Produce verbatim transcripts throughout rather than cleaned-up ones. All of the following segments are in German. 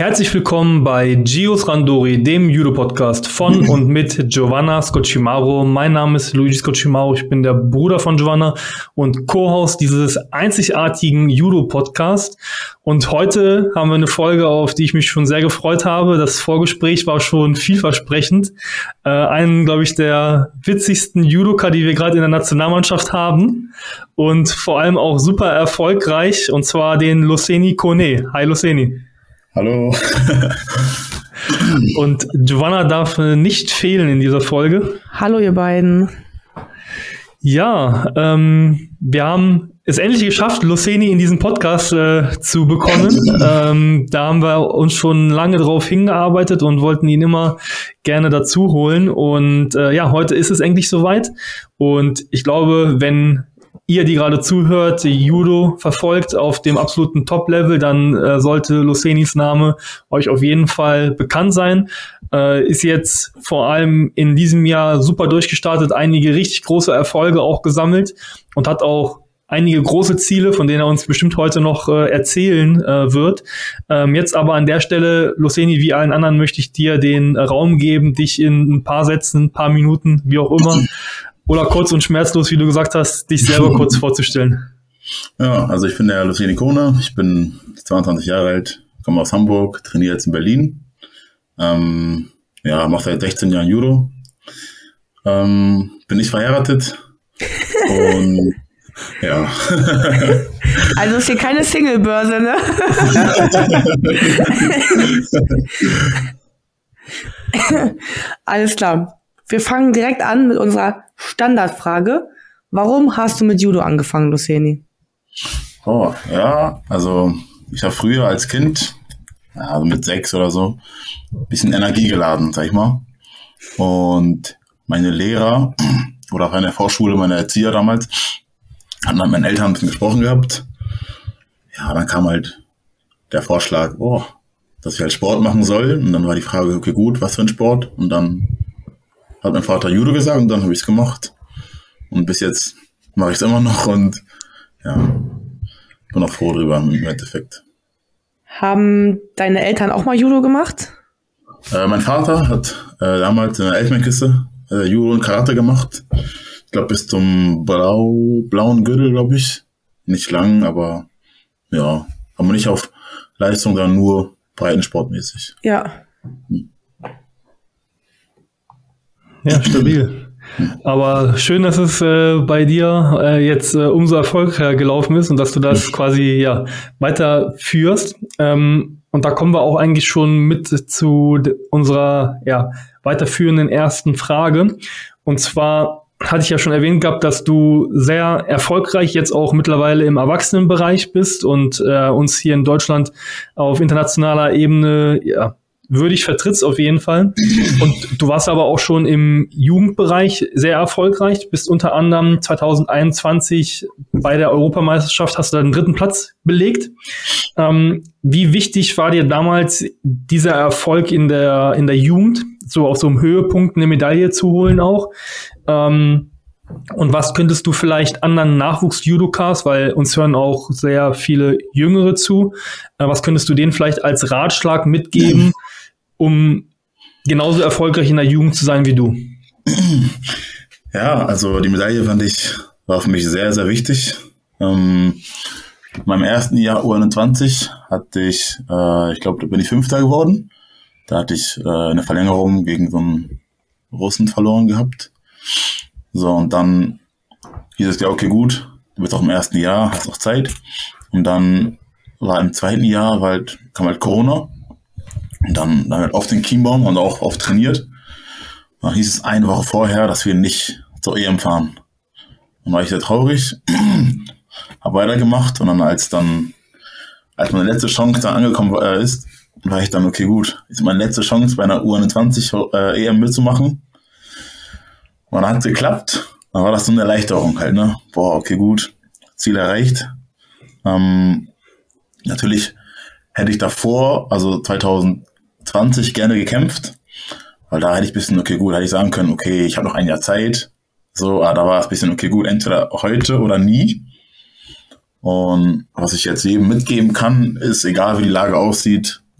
Herzlich willkommen bei Gios Randori, dem Judo-Podcast von und mit Giovanna Scocimaro. Mein Name ist Luigi Scocimaro, ich bin der Bruder von Giovanna und Co-Host dieses einzigartigen Judo-Podcasts. Und heute haben wir eine Folge, auf die ich mich schon sehr gefreut habe. Das Vorgespräch war schon vielversprechend. Äh, einen, glaube ich, der witzigsten Judoka, die wir gerade in der Nationalmannschaft haben. Und vor allem auch super erfolgreich, und zwar den Loseni Kone. Hi Loseni. Hallo. Und Giovanna darf nicht fehlen in dieser Folge. Hallo ihr beiden. Ja, ähm, wir haben es endlich geschafft, Loseni in diesen Podcast äh, zu bekommen. ähm, da haben wir uns schon lange drauf hingearbeitet und wollten ihn immer gerne dazu holen. Und äh, ja, heute ist es endlich soweit. Und ich glaube, wenn ihr, die gerade zuhört, Judo verfolgt auf dem absoluten Top-Level, dann äh, sollte Losenis Name euch auf jeden Fall bekannt sein. Äh, ist jetzt vor allem in diesem Jahr super durchgestartet, einige richtig große Erfolge auch gesammelt und hat auch einige große Ziele, von denen er uns bestimmt heute noch äh, erzählen äh, wird. Ähm, jetzt aber an der Stelle, Loseni, wie allen anderen, möchte ich dir den äh, Raum geben, dich in ein paar Sätzen, ein paar Minuten, wie auch immer, oder kurz und schmerzlos, wie du gesagt hast, dich selber kurz vorzustellen. Ja, also ich bin der Loseni Kone, ich bin zweiundzwanzig Jahre alt, komme aus Hamburg, trainiere jetzt in Berlin. Ähm, ja, mache seit sechzehn Jahren Judo. Ähm, bin nicht verheiratet. Und ja. Also ist hier keine Single-Börse, ne? Alles klar. Wir fangen direkt an mit unserer Standardfrage. Warum hast du mit Judo angefangen, Loseni? Oh, ja, also ich habe früher als Kind, also mit sechs oder so, ein bisschen Energie geladen, sag ich mal. Und meine Lehrer oder auch in der Vorschule, meine Erzieher damals, hatten dann mit meinen Eltern ein bisschen gesprochen gehabt. Ja, dann kam halt der Vorschlag, oh, dass ich halt Sport machen soll. Und dann war die Frage, okay, gut, was für ein Sport? Und dann hat mein Vater Judo gesagt und dann habe ich es gemacht. Und bis jetzt mache ich es immer noch und ja, bin auch froh drüber im Endeffekt. Haben deine Eltern auch mal Judo gemacht? Äh, mein Vater hat äh, damals in der Elfenbeinkiste äh, Judo und Karate gemacht. Ich glaube bis zum Blau, blauen Gürtel, glaube ich. Nicht lang, aber ja, aber nicht auf Leistung, sondern nur breitensportmäßig. Ja. Hm. Ja, stabil. Aber schön, dass es äh, bei dir äh, jetzt äh, umso erfolgreicher gelaufen ist und dass du das quasi ja weiterführst. Ähm, und da kommen wir auch eigentlich schon mit zu d- unserer ja weiterführenden ersten Frage. Und zwar hatte ich ja schon erwähnt gehabt, dass du sehr erfolgreich jetzt auch mittlerweile im Erwachsenenbereich bist und äh, uns hier in Deutschland auf internationaler Ebene ja würdig vertrittst auf jeden Fall. Und du warst aber auch schon im Jugendbereich sehr erfolgreich. Bist unter anderem zwanzig einundzwanzig bei der Europameisterschaft, hast du den dritten Platz belegt. Ähm, wie wichtig war dir damals dieser Erfolg in der in der Jugend, so auf so einem Höhepunkt eine Medaille zu holen auch? Ähm, und was könntest du vielleicht anderen Nachwuchs-Judokas, weil uns hören auch sehr viele Jüngere zu, äh, was könntest du denen vielleicht als Ratschlag mitgeben, um genauso erfolgreich in der Jugend zu sein wie du? Ja, also die Medaille fand ich, war für mich sehr, sehr wichtig. Ähm, in meinem ersten Jahr U einundzwanzig hatte ich, äh, ich glaube, da bin ich Fünfter geworden. Da hatte ich äh, eine Verlängerung gegen so einen Russen verloren gehabt. So, und dann hieß es ja, okay, gut, du bist auch im ersten Jahr, hast auch Zeit. Und dann war im zweiten Jahr, weil halt, kam halt Corona. Und dann, dann halt auf den Chiembaum und auch oft trainiert. Und dann hieß es eine Woche vorher, dass wir nicht zur E M fahren. Dann war ich sehr traurig, habe weitergemacht und dann als dann, als meine letzte Chance dann angekommen äh, ist, war ich dann, okay, gut, ist meine letzte Chance bei einer U einundzwanzig äh, E M mitzumachen. Und dann hat es geklappt. Dann war das so eine Erleichterung halt, ne? Boah, okay, gut, Ziel erreicht. Ähm, natürlich hätte ich davor, also zwanzig zwanzig, gerne gekämpft, weil da hätte ich ein bisschen, okay, gut, hätte ich sagen können, okay, ich habe noch ein Jahr Zeit. So, aber da war es ein bisschen, okay, gut, entweder heute oder nie. Und was ich jetzt jedem mitgeben kann, ist, egal wie die Lage aussieht,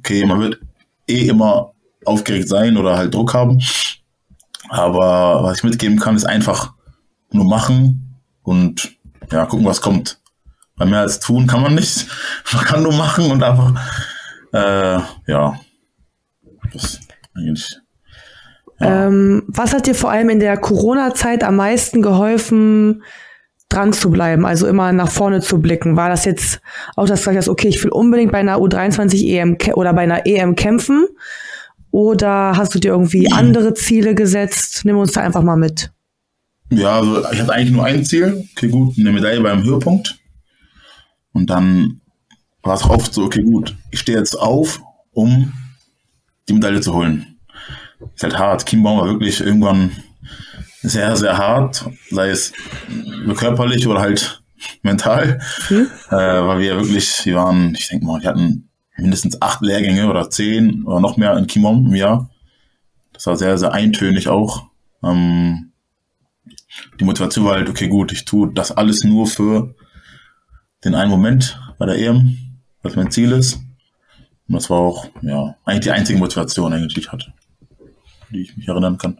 okay, man wird eh immer aufgeregt sein oder halt Druck haben. Aber was ich mitgeben kann, ist einfach nur machen und ja, gucken, was kommt. Weil mehr als tun kann man nicht. Man kann nur machen und einfach, äh, ja, das eigentlich. Ja. Ähm, was hat dir vor allem in der Corona-Zeit am meisten geholfen, dran zu bleiben, also immer nach vorne zu blicken? War das jetzt auch, dass du gesagt hast, okay, ich will unbedingt bei einer U dreiundzwanzig E M oder bei einer E M kämpfen? Oder hast du dir irgendwie andere Ziele gesetzt? Nimm uns da einfach mal mit. Ja, also ich hatte eigentlich nur ein Ziel. Okay, gut, eine Medaille beim Höhepunkt. Und dann war es oft so, okay, gut, ich stehe jetzt auf, um die Medaille zu holen. Ist halt hart. Chiembaum war wirklich irgendwann sehr, sehr hart, sei es körperlich oder halt mental. Hm? Äh, weil wir wirklich, wir waren, ich denke mal, wir hatten mindestens acht Lehrgänge oder zehn oder noch mehr in Chiembaum im Jahr. Das war sehr, sehr eintönig auch. Ähm, die Motivation war halt, okay, gut, ich tue das alles nur für den einen Moment bei der E M, was mein Ziel ist. Und das war auch, ja, eigentlich die einzige Motivation, eigentlich, die ich hatte, die ich mich erinnern kann.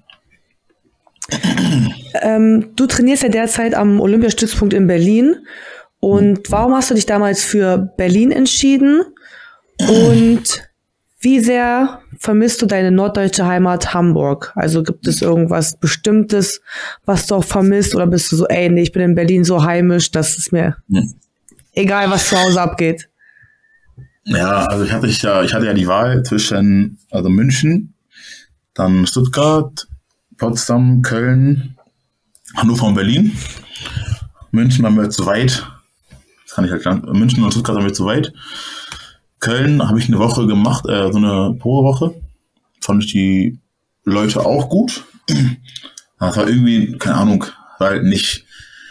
Ähm, du trainierst ja derzeit am Olympiastützpunkt in Berlin. Und warum hast du dich damals für Berlin entschieden? Und wie sehr vermisst du deine norddeutsche Heimat Hamburg? Also gibt es irgendwas Bestimmtes, was du auch vermisst? Oder bist du so, ey, nee, ich bin in Berlin so heimisch, dass es mir hm. egal, was zu Hause abgeht? Ja, also ich hatte ja, ich hatte ja die Wahl zwischen also München, dann Stuttgart, Potsdam, Köln, Hannover und Berlin. München waren wir zu weit. Das kann ich halt gar, München und Stuttgart waren wir zu weit. Köln habe ich eine Woche gemacht, äh, so eine Probewoche. Fand ich die Leute auch gut. Das war irgendwie, keine Ahnung, war halt nicht,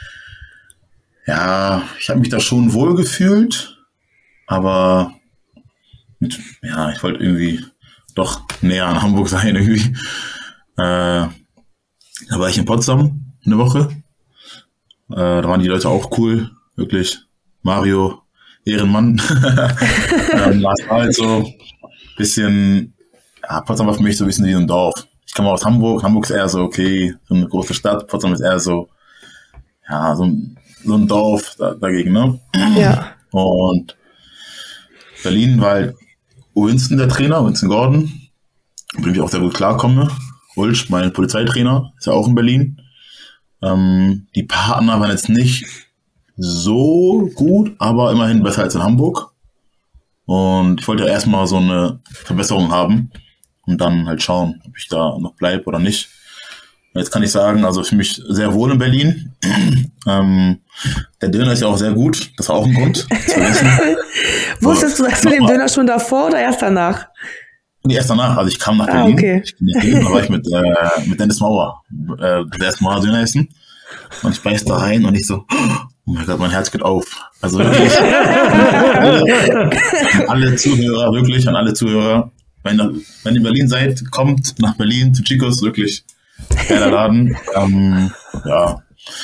ja, ich habe mich da schon wohl gefühlt, aber mit, ja, ich wollte irgendwie doch näher an Hamburg sein irgendwie. Äh, da war ich in Potsdam eine Woche. Äh, da waren die Leute auch cool, wirklich. Mario, Ehrenmann. ähm, war halt so ein bisschen, ja, Potsdam war für mich so ein bisschen wie ein Dorf. Ich komme aus Hamburg. Hamburg ist eher so, okay, so eine große Stadt. Potsdam ist eher so, ja, so ein, so ein Dorf da, dagegen, ne? Ja. Und Berlin war halt Winston der Trainer, Winston Gordon, mit dem ich auch sehr gut klarkomme. Ulsch, mein Polizeitrainer, ist ja auch in Berlin. Ähm, die Partner waren jetzt nicht so gut, aber immerhin besser als in Hamburg. Und ich wollte ja erstmal so eine Verbesserung haben und dann halt schauen, ob ich da noch bleibe oder nicht. Jetzt kann ich sagen, also ich fühle mich sehr wohl in Berlin. ähm, der Döner ist ja auch sehr gut, das war auch ein Grund. Wusstest du das mit dem Döner schon davor oder erst danach? Nee, erst danach, also ich kam nach ah, Berlin, okay. ich bin nach Berlin, da war ich mit, äh, mit Dennis Mauer, äh, der erste Mal Döner essen und ich beiß da rein und ich so, oh mein Gott, mein Herz geht auf. Also wirklich, an alle Zuhörer, wirklich, an alle Zuhörer, wenn, wenn ihr in Berlin seid, kommt nach Berlin zu Chicos, wirklich, geiler Laden, ähm, ja,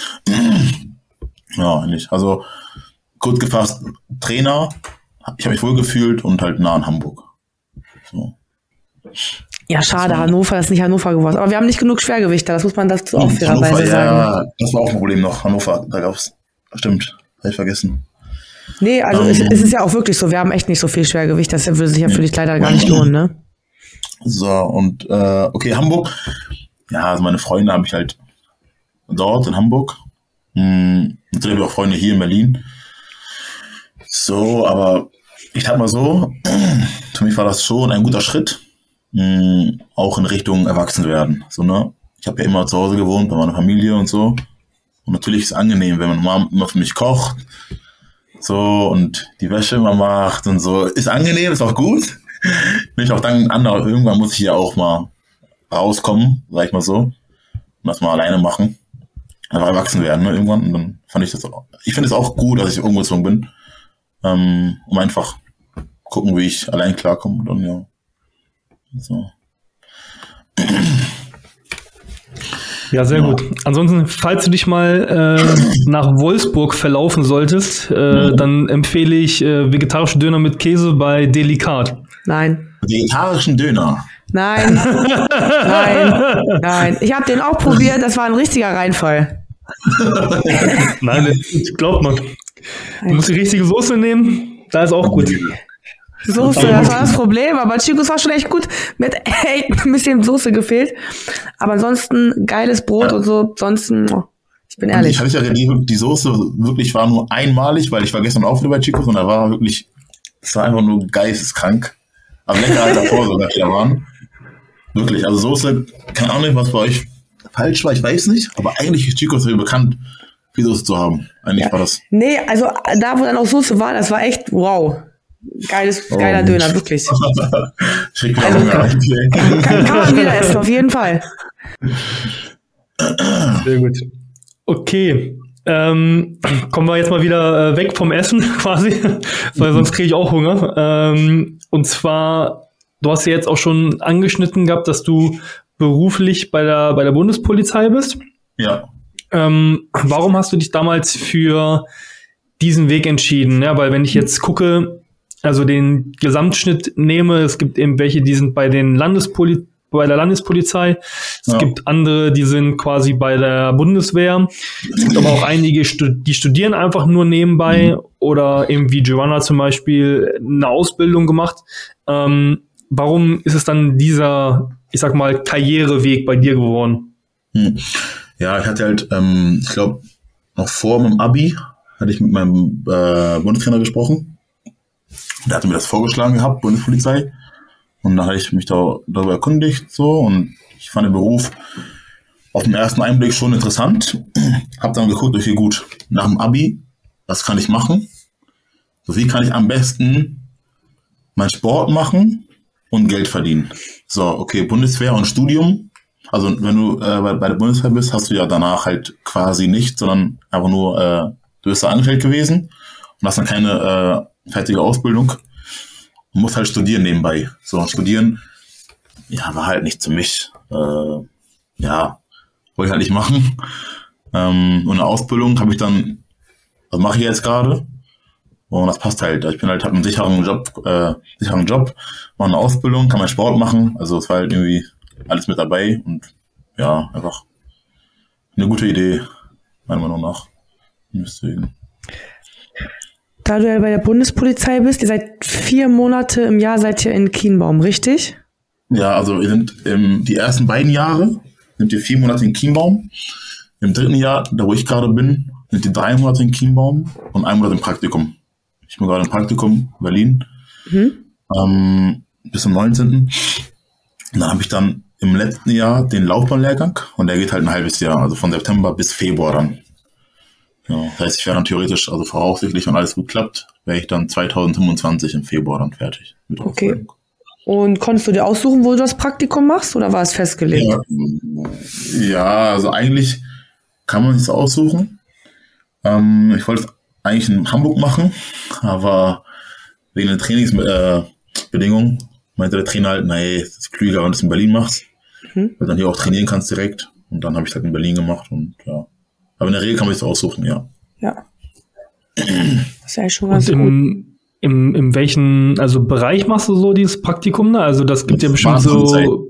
ja, eigentlich, also kurz gefasst, Trainer, ich habe mich wohl gefühlt und halt nah an Hamburg, so. Ja, schade, so. Hannover ist nicht Hannover geworden. Aber wir haben nicht genug Schwergewichte, das muss man dazu auch fairerweise Hannover, sagen. Ja, das war auch ein Problem noch. Hannover, da gab's, stimmt, habe ich vergessen. Nee, also um, es, es ist ja auch wirklich so, wir haben echt nicht so viel Schwergewicht, das würde sich ja für dich leider gar nicht lohnen, ne? So, und äh, okay, Hamburg. Ja, also meine Freunde habe ich halt dort in Hamburg. Hm, natürlich habe ich auch Freunde hier in Berlin. So, aber ich sag mal so, für mich war das schon ein guter Schritt. Mh, auch in Richtung Erwachsenwerden. So, ne? Ich habe ja immer zu Hause gewohnt, bei meiner Familie und so. Und natürlich ist es angenehm, wenn meine Mama immer für mich kocht. So, und die Wäsche immer macht und so. Ist angenehm, ist auch gut. Bin ich auch dankbar anderen. Irgendwann muss ich ja auch mal rauskommen, sag ich mal so. Und das mal alleine machen. Einfach erwachsen werden, ne? Irgendwann. Und dann fand ich das auch. Ich finde es auch gut, dass ich umgezogen bin. Ähm, um einfach gucken, wie ich allein klarkomme. Und dann, ja. So. Ja, sehr ja. gut. Ansonsten, falls du dich mal äh, nach Wolfsburg verlaufen solltest, äh, mhm. dann empfehle ich äh, vegetarische Döner mit Käse bei Delikat. Nein. Vegetarischen Döner. Nein. Nein. Nein. Ich habe den auch probiert, das war ein richtiger Reinfall. Nein, das glaubt man. Du musst die richtige Soße nehmen, da ist auch gut. Soße, das war das Problem, aber Chicos war schon echt gut. Mir hat echt ein bisschen Soße gefehlt. Aber ansonsten geiles Brot ja. und so, ansonsten, ich bin ehrlich. Ich hatte ja die, die Soße wirklich war nur einmalig, weil ich war gestern auch wieder bei Chicos und da war wirklich, es war einfach nur geisteskrank. Aber lecker als davor sogar wieder waren. Wirklich, also Soße, keine Ahnung, was bei euch falsch war, ich weiß nicht, aber eigentlich ist Chicos dafür bekannt, viel Soße zu haben. Eigentlich ja. war das. Nee, also da, wo dann auch Soße war, das war echt wow. Geiles, oh, geiler Döner, wirklich. Schick also, kann, kann, kann man wieder essen, auf jeden Fall. Sehr gut. Okay. Ähm, kommen wir jetzt mal wieder äh, weg vom Essen quasi, weil sonst kriege ich auch Hunger. Ähm, und zwar, du hast ja jetzt auch schon angeschnitten gehabt, dass du beruflich bei der, bei der Bundespolizei bist. Ja. Ähm, warum hast du dich damals für diesen Weg entschieden? Ja, weil wenn ich jetzt gucke, also den Gesamtschnitt nehme, es gibt eben welche, die sind bei den Landespoli- bei der Landespolizei, es ja. gibt andere, die sind quasi bei der Bundeswehr, es gibt aber auch einige, die studieren einfach nur nebenbei mhm. oder eben wie Giovanna zum Beispiel eine Ausbildung gemacht. Ähm, warum ist es dann dieser, ich sag mal, Karriereweg bei dir geworden? Hm. Ja, ich hatte halt, ähm, ich glaube, noch vor meinem Abi hatte ich mit meinem äh, Bundestrainer gesprochen. Der hatte mir das vorgeschlagen gehabt, Bundespolizei. Und da habe ich mich da, darüber erkundigt, so. Und ich fand den Beruf auf den ersten Einblick schon interessant. Hab dann geguckt, okay, gut, nach dem Abi, was kann ich machen? So, wie kann ich am besten meinen Sport machen und Geld verdienen? So, okay, Bundeswehr und Studium. Also, wenn du äh, bei, bei der Bundeswehr bist, hast du ja danach halt quasi nichts, sondern einfach nur, äh, du bist da angestellt gewesen und hast dann keine äh, fertige Ausbildung. Du musst halt studieren nebenbei. So, studieren, ja, war halt nicht für mich. Äh, ja, wollte ich halt nicht machen. Ähm, und eine Ausbildung habe ich dann, was mache ich jetzt gerade? Und das passt halt. Ich bin halt, habe einen sicheren Job, äh, sicheren Job, mache eine Ausbildung, kann meinen Sport machen. Also es war halt irgendwie alles mit dabei und ja, einfach eine gute Idee, meiner Meinung nach. Deswegen. Da du ja bei der Bundespolizei bist, ihr seid vier Monate im Jahr seid ihr in Kienbaum, richtig? Ja, also wir sind ähm, die ersten beiden Jahre sind wir vier Monate in Kienbaum. Im dritten Jahr, da wo ich gerade bin, sind die drei Monate in Kienbaum und ein Monat im Praktikum. Ich bin gerade im Praktikum in Berlin, mhm. ähm, bis zum neunzehnten Und dann habe ich dann im letzten Jahr den Laufbahnlehrgang und der geht halt ein halbes Jahr, also von September bis Februar dann. Ja, das heißt, ich wäre dann theoretisch, also voraussichtlich, wenn alles gut klappt, wäre ich dann zweitausendfünfundzwanzig im Februar dann fertig mit der Okay. Ausbildung. Und konntest du dir aussuchen, wo du das Praktikum machst, oder war es festgelegt? Ja, ja, also eigentlich kann man es aussuchen. Ähm, ich wollte es eigentlich in Hamburg machen, aber wegen der Trainingsbedingungen äh, meinte der Trainer halt, nee, es ist klüger, wenn du es in Berlin machst, mhm. weil dann hier auch trainieren kannst direkt. Und dann habe ich es halt in Berlin gemacht und ja. Aber in der Regel kann man es aussuchen, ja. Ja. Das ist ja schon ganz und im, gut. Im, im welchen, also Bereich machst du so dieses Praktikum da? Also das gibt ja bestimmt so.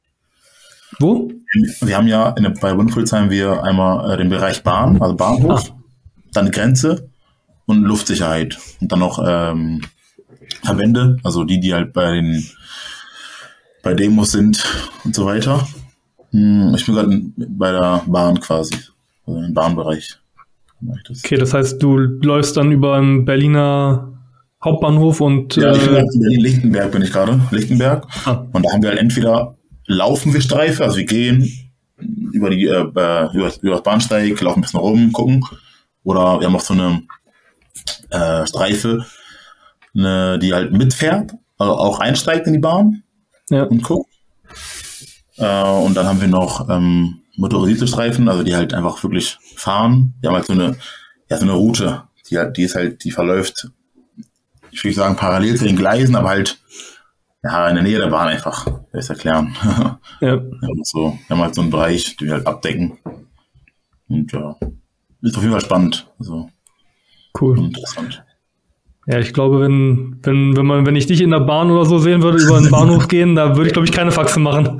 Wo? Wir haben ja in der, bei der Bundespolizei haben wir einmal äh, den Bereich Bahn, also Bahnhof, ah. dann Grenze und Luftsicherheit und dann noch ähm, Verbände, also die, die halt bei den bei Demos sind und so weiter. Hm, ich bin gerade bei der Bahn quasi. Also im Bahnbereich. Das. Okay, das heißt, du läufst dann über den Berliner Hauptbahnhof und... Ja, äh, ich bin in Berlin-Lichtenberg bin ich gerade, Lichtenberg. Ah. Und da haben wir halt entweder laufen wir Streife, also wir gehen über die äh, über, über das Bahnsteig, laufen ein bisschen rum, gucken. Oder wir haben auch so eine äh, Streife, eine, die halt mitfährt, also auch einsteigt in die Bahn ja. und guckt. Äh, und dann haben wir noch... Ähm, motorisierte Streifen, also die halt einfach wirklich fahren. Die haben halt so eine, ja, so eine Route, die halt, die ist halt, die verläuft, ich will nicht sagen parallel zu den Gleisen, aber halt, ja, in der Nähe der Bahn einfach, will ich es erklären. Ja. Ja, so, wir haben halt so einen Bereich, den wir halt abdecken. Und ja, ist auf jeden Fall spannend. Also, cool. Interessant. Ja, ich glaube, wenn, wenn, wenn man, wenn ich dich in der Bahn oder so sehen würde, über den Bahnhof gehen, da würde ich, glaube ich, keine Faxe machen.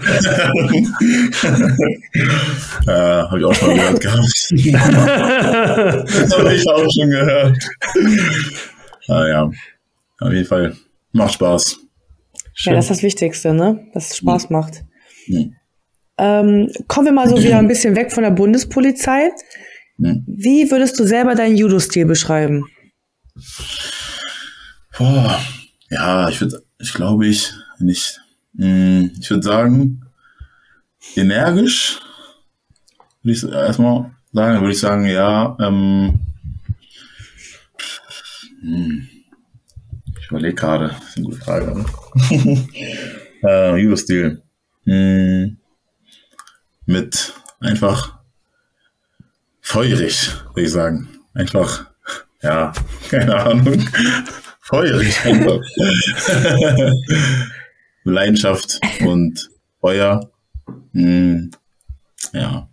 Ja, habe ich auch schon mal gehört gehabt. Das habe ich auch schon gehört. Ah, ja, auf jeden Fall. Macht Spaß. Schön. Ja, das ist das Wichtigste, ne? Dass es Spaß mhm. macht. Mhm. Ähm, kommen wir mal so wieder ein bisschen weg von der Bundespolizei. Mhm. Wie würdest du selber deinen Judo-Stil beschreiben? Boah, ja, ich würde, ich glaube ich, nicht, mh, ich würde sagen, energisch, würde ich erstmal sagen, würde ich sagen, ja, ähm, mh, ich überlege gerade, das ist eine gute Frage, äh, Judo-Stil, mh, mit einfach feurig, würde ich sagen, einfach, ja, keine Ahnung, feurig einfach. Leidenschaft und Feuer. Mm, ja.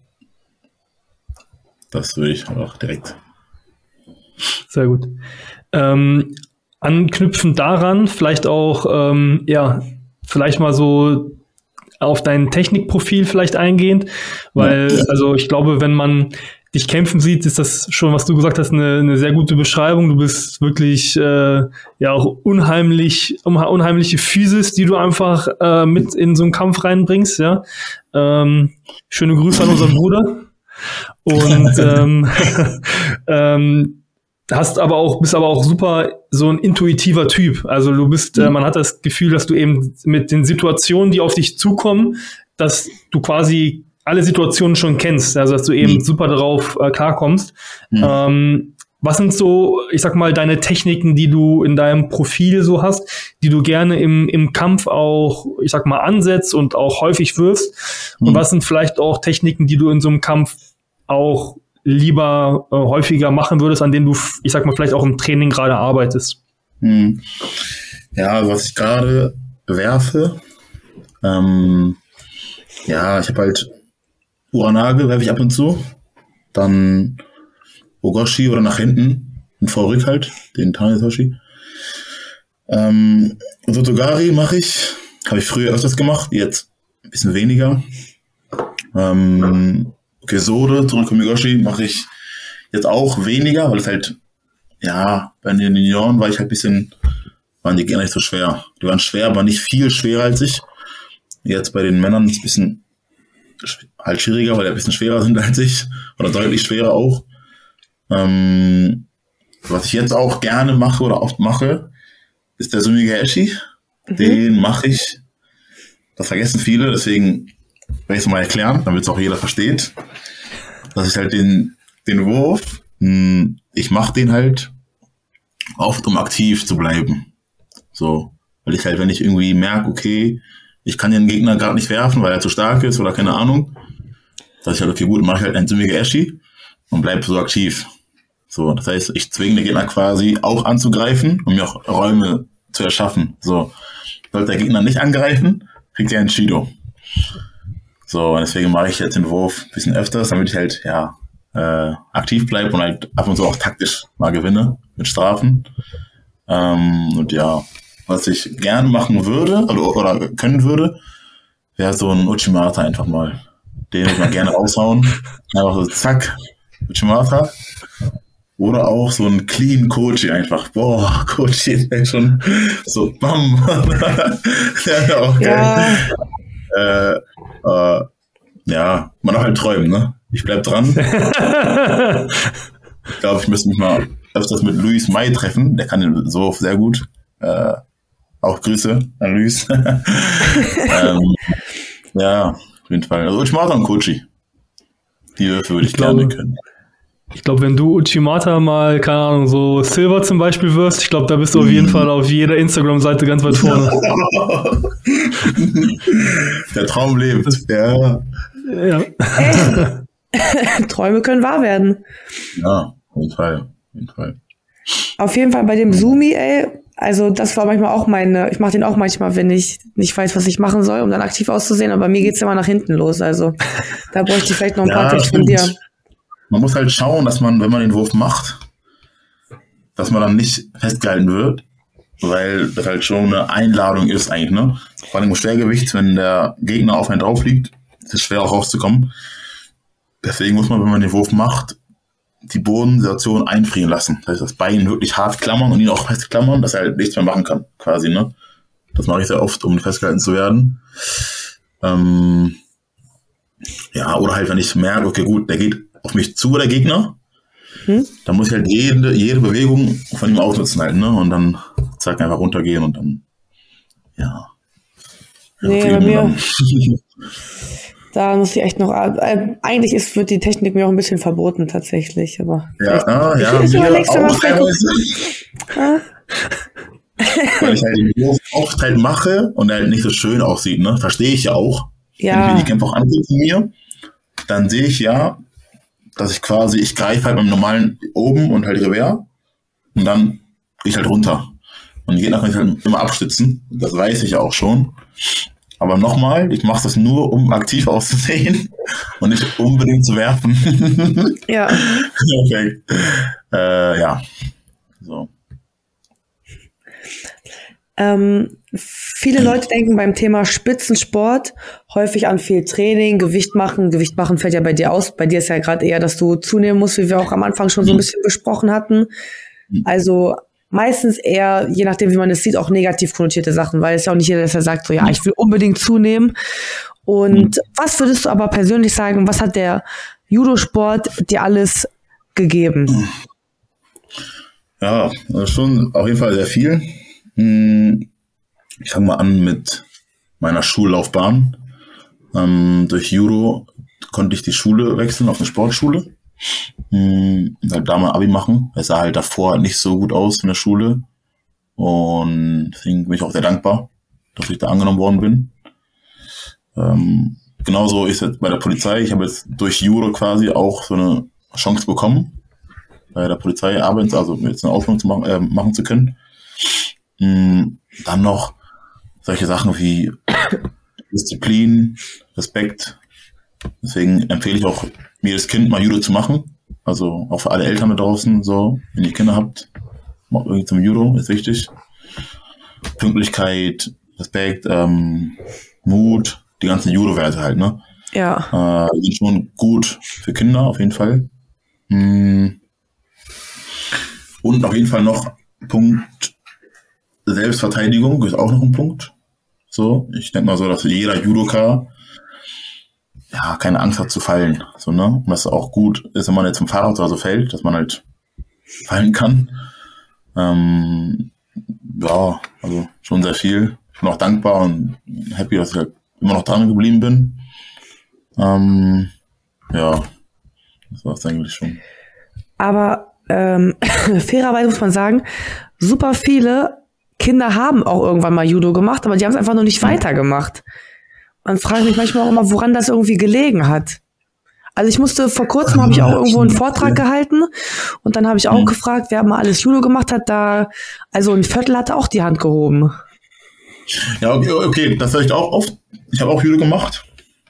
Das würde ich auch direkt. Sehr gut. Ähm, anknüpfend daran, vielleicht auch, ähm, ja, vielleicht mal so auf dein Technikprofil vielleicht eingehend, weil, ja. also ich glaube, wenn man dich kämpfen sieht, ist das schon, was du gesagt hast, eine, eine sehr gute Beschreibung. Du bist wirklich äh, ja auch unheimlich, unheimliche Physis, die du einfach äh, mit in so einen Kampf reinbringst. Ja, ähm, schöne Grüße an unseren Bruder. Und ähm, ähm, hast aber auch bist aber auch super so ein intuitiver Typ. Also du bist, äh, man hat das Gefühl, dass du eben mit den Situationen, die auf dich zukommen, dass du quasi alle Situationen schon kennst, also dass du eben mhm. super darauf äh, klarkommst. Mhm. Ähm, was sind so, ich sag mal, deine Techniken, die du in deinem Profil so hast, die du gerne im, im Kampf auch, ich sag mal, ansetzt und auch häufig wirst? Mhm. Und was sind vielleicht auch Techniken, die du in so einem Kampf auch lieber äh, häufiger machen würdest, an denen du, ich sag mal, vielleicht auch im Training gerade arbeitest? Mhm. Ja, was ich gerade werfe, ähm, ja, ich habe halt Uranage werfe ich ab und zu, dann Ogoshi oder nach hinten, ein Vorrück halt, den Tanetoshi. Ähm, Sotogari mache ich, habe ich früher öfters gemacht, jetzt ein bisschen weniger. Ähm, okay, Sode, Tsurukomigoshi mache ich jetzt auch weniger, weil es halt, ja, bei den Junioren war ich halt ein bisschen, waren die Gegner nicht so schwer. Die waren schwer, aber nicht viel schwerer als ich. Jetzt bei den Männern ist es ein bisschen halt schwieriger, weil die ein bisschen schwerer sind als ich. Oder deutlich schwerer auch. Ähm, was ich jetzt auch gerne mache oder oft mache, ist der Sumigaeshi. Mhm. Den mache ich. Das vergessen viele, deswegen werde ich es mal erklären, damit es auch jeder versteht. Dass ich halt den, den Wurf, mh, ich mache den halt oft, um aktiv zu bleiben. So. Weil ich halt, wenn ich irgendwie merke, okay, ich kann den Gegner gerade nicht werfen, weil er zu stark ist oder keine Ahnung. Das ist halt okay, gut, mache ich halt einen Sumigaeshi und bleibe so aktiv. So, das heißt, ich zwinge den Gegner quasi auch anzugreifen, um mir auch Räume zu erschaffen. So, sollte der Gegner nicht angreifen, kriegt er einen Shido. So, und deswegen mache ich jetzt den Wurf ein bisschen öfters, damit ich halt, ja, äh, aktiv bleibe und halt ab und zu auch taktisch mal gewinne mit Strafen. Ähm, und ja, was ich gerne machen würde, oder, oder können würde, wäre so ein Uchimata einfach mal. Den würde ich mal gerne raushauen. Einfach so zack, Uchimata. Oder auch so ein Clean Kochi einfach. Boah, Kochi ist echt schon so bam. Ja, auch geil. Ja. Äh, äh, ja, man darf halt träumen, ne? Ich bleib dran. Ich glaube, ich müsste mich mal öfters mit Luis Mai treffen. Der kann den so sehr gut. Äh, Auch Grüße an Luis. ähm, ja, auf jeden Fall. Also Uchimata und Kochi. Die Würfe würde ich, ich gerne glaube, können. Ich glaube, wenn du Uchimata mal, keine Ahnung, so Silver zum Beispiel wirst, ich glaube, da bist du auf jeden Fall auf jeder Instagram-Seite ganz weit vorne. Der Traum lebt, ja. Ja. Träume können wahr werden. Ja, auf jeden Fall. Auf jeden Fall, auf jeden Fall bei dem Sumi, ey, also das war manchmal auch meine, ich mache den auch manchmal, wenn ich nicht weiß, was ich machen soll, um dann aktiv auszusehen, aber mir geht's immer nach hinten los, also da bräuchte ich vielleicht noch ein ja, paar Tipps von dir. Man muss halt schauen, dass man, wenn man den Wurf macht, dass man dann nicht festgehalten wird, weil das halt schon eine Einladung ist eigentlich, ne? Vor allem im Schwergewicht, wenn der Gegner auf einen drauf liegt, ist es schwer auch rauszukommen. Deswegen muss man, wenn man den Wurf macht, die Bodensituation einfrieren lassen. Das heißt, das Bein wirklich hart klammern und ihn auch festklammern, dass er halt nichts mehr machen kann, quasi, ne? Das mache ich sehr oft, um festgehalten zu werden. Ähm, ja, oder halt, wenn ich merke, okay, gut, der geht auf mich zu, der Gegner, hm? Dann muss ich halt jede, jede Bewegung von ihm ausnutzen halt, ne? Und dann zack, einfach runtergehen und dann, ja. Nee, bei mir, da muss ich echt noch, äh, eigentlich ist, wird die Technik mir auch ein bisschen verboten, tatsächlich, aber. Ja, ah, ja, ich, ich mir auch teilweise. Weil ich halt den Wurf oft halt mache und er halt nicht so schön aussieht, ne? Verstehe ich ja auch. Ja. Wenn ich die Kämpfe auch angucke von mir, dann sehe ich ja, dass ich quasi, ich greife halt beim normalen oben und halt Revers und dann gehe ich halt runter. Und die Gegner kann ich halt immer abstützen. Das weiß ich ja auch schon. Aber nochmal, ich mache das nur, um aktiv auszusehen und nicht unbedingt zu werfen. Ja. Perfekt. Äh, ja. So. Ähm, viele Leute denken beim Thema Spitzensport häufig an viel Training, Gewicht machen. Gewicht machen fällt ja bei dir aus. Bei dir ist ja gerade eher, dass du zunehmen musst, wie wir auch am Anfang schon so ein bisschen besprochen hatten. Also meistens eher, je nachdem, wie man es sieht, auch negativ konnotierte Sachen, weil es ja auch nicht jeder, der sagt, so ja, ich will unbedingt zunehmen. Und was würdest du aber persönlich sagen, was hat der Judosport dir alles gegeben? Ja, schon auf jeden Fall sehr viel. Ich fange mal an mit meiner Schullaufbahn. Ähm, durch Judo konnte ich die Schule wechseln auf eine Sportschule. Ähm, halt da mal Abi machen. Es sah halt davor nicht so gut aus in der Schule. Und deswegen bin ich auch sehr dankbar, dass ich da angenommen worden bin. Ähm, genauso ist es bei der Polizei. Ich habe jetzt durch Judo quasi auch so eine Chance bekommen, bei der Polizei arbeiten, also jetzt eine Ausbildung zu machen, äh, machen zu können. Dann noch solche Sachen wie Disziplin, Respekt. Deswegen empfehle ich auch, mir das Kind mal Judo zu machen. Also auch für alle Eltern da draußen, so, wenn ihr Kinder habt, macht irgendwie zum Judo, ist wichtig. Pünktlichkeit, Respekt, ähm, Mut, die ganzen Judo-Werte halt, ne? Ja. Äh, sind schon gut für Kinder, auf jeden Fall. Und auf jeden Fall noch Punkt Selbstverteidigung ist auch noch ein Punkt. So, ich denke mal so, dass jeder Judoka ja keine Angst hat zu fallen. So, ne? Und das auch gut ist, wenn man jetzt vom Fahrrad oder so fällt, dass man halt fallen kann. Ähm, ja, also schon sehr viel. Ich bin auch dankbar und happy, dass ich halt immer noch dran geblieben bin. Ähm, ja, das war es eigentlich schon. Aber ähm, fairerweise muss man sagen, super viele Kinder haben auch irgendwann mal Judo gemacht, aber die haben es einfach nur nicht weitergemacht. Man fragt mich manchmal auch immer, woran das irgendwie gelegen hat. Also ich musste, vor kurzem habe ich auch irgendwo einen Vortrag gehalten und dann habe ich auch gefragt, wer mal alles Judo gemacht hat, da, also ein Viertel hatte auch die Hand gehoben. Ja, okay, okay, das höre ich auch oft. Ich habe auch Judo gemacht.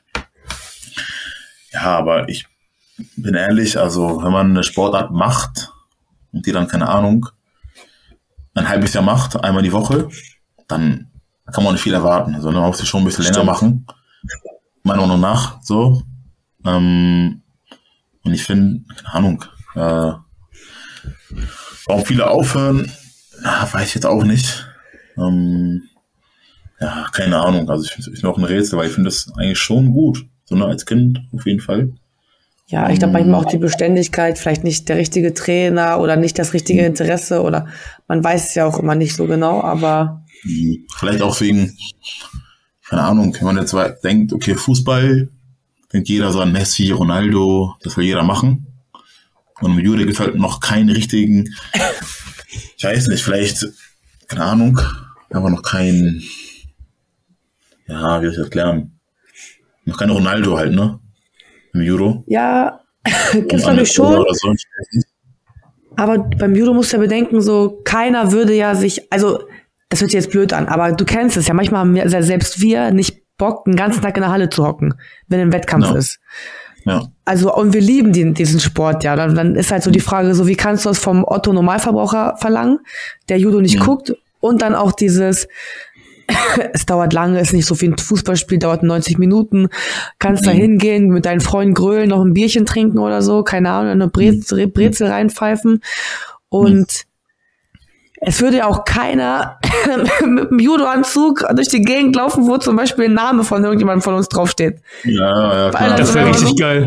Ja, aber ich bin ehrlich, also wenn man eine Sportart macht und die dann, keine Ahnung, ein halbes Jahr macht, einmal die Woche, dann kann man nicht viel erwarten. Also man muss sich schon ein bisschen länger Stimmt. machen. Meiner Meinung nach, so. Ähm, und ich finde, keine Ahnung, äh, warum viele aufhören, na, weiß ich jetzt auch nicht. Ähm, ja, keine Ahnung. Also ich finde es noch ein Rätsel, weil ich finde das eigentlich schon gut. So, ne, als Kind auf jeden Fall. Ja, ich glaube manchmal auch die Beständigkeit, vielleicht nicht der richtige Trainer oder nicht das richtige Interesse oder man weiß es ja auch immer nicht so genau, aber vielleicht auch wegen, keine Ahnung, wenn man jetzt denkt, okay, Fußball, denkt jeder so an Messi, Ronaldo, das will jeder machen. Und mit Judo gibt es halt noch keinen richtigen, ich weiß nicht, vielleicht, keine Ahnung, aber noch kein, ja, wie soll ich das erklären? Noch kein Ronaldo halt, ne? Im Judo. ja, gibt's natürlich schon. So. Aber beim Judo musst du ja bedenken, so keiner würde ja sich, also das hört sich jetzt blöd an, aber du kennst es ja, manchmal haben wir, selbst wir nicht Bock, den ganzen Tag in der Halle zu hocken, wenn ein Wettkampf No. ist. Ja. Also, und wir lieben den, diesen Sport, ja. Dann, dann ist halt so die Frage, so wie kannst du das vom Otto Normalverbraucher verlangen, der Judo nicht Mhm. guckt, und dann auch dieses, es dauert lange, ist nicht so wie ein Fußballspiel, dauert neunzig Minuten, kannst da hingehen, mit deinen Freunden grölen, noch ein Bierchen trinken oder so, keine Ahnung, eine Brezel, Brezel reinpfeifen, und es würde ja auch keiner mit einem Judo-Anzug durch die Gegend laufen, wo zum Beispiel ein Name von irgendjemandem von uns draufsteht. Ja, ja, klar. Weil Das wäre Also, richtig geil.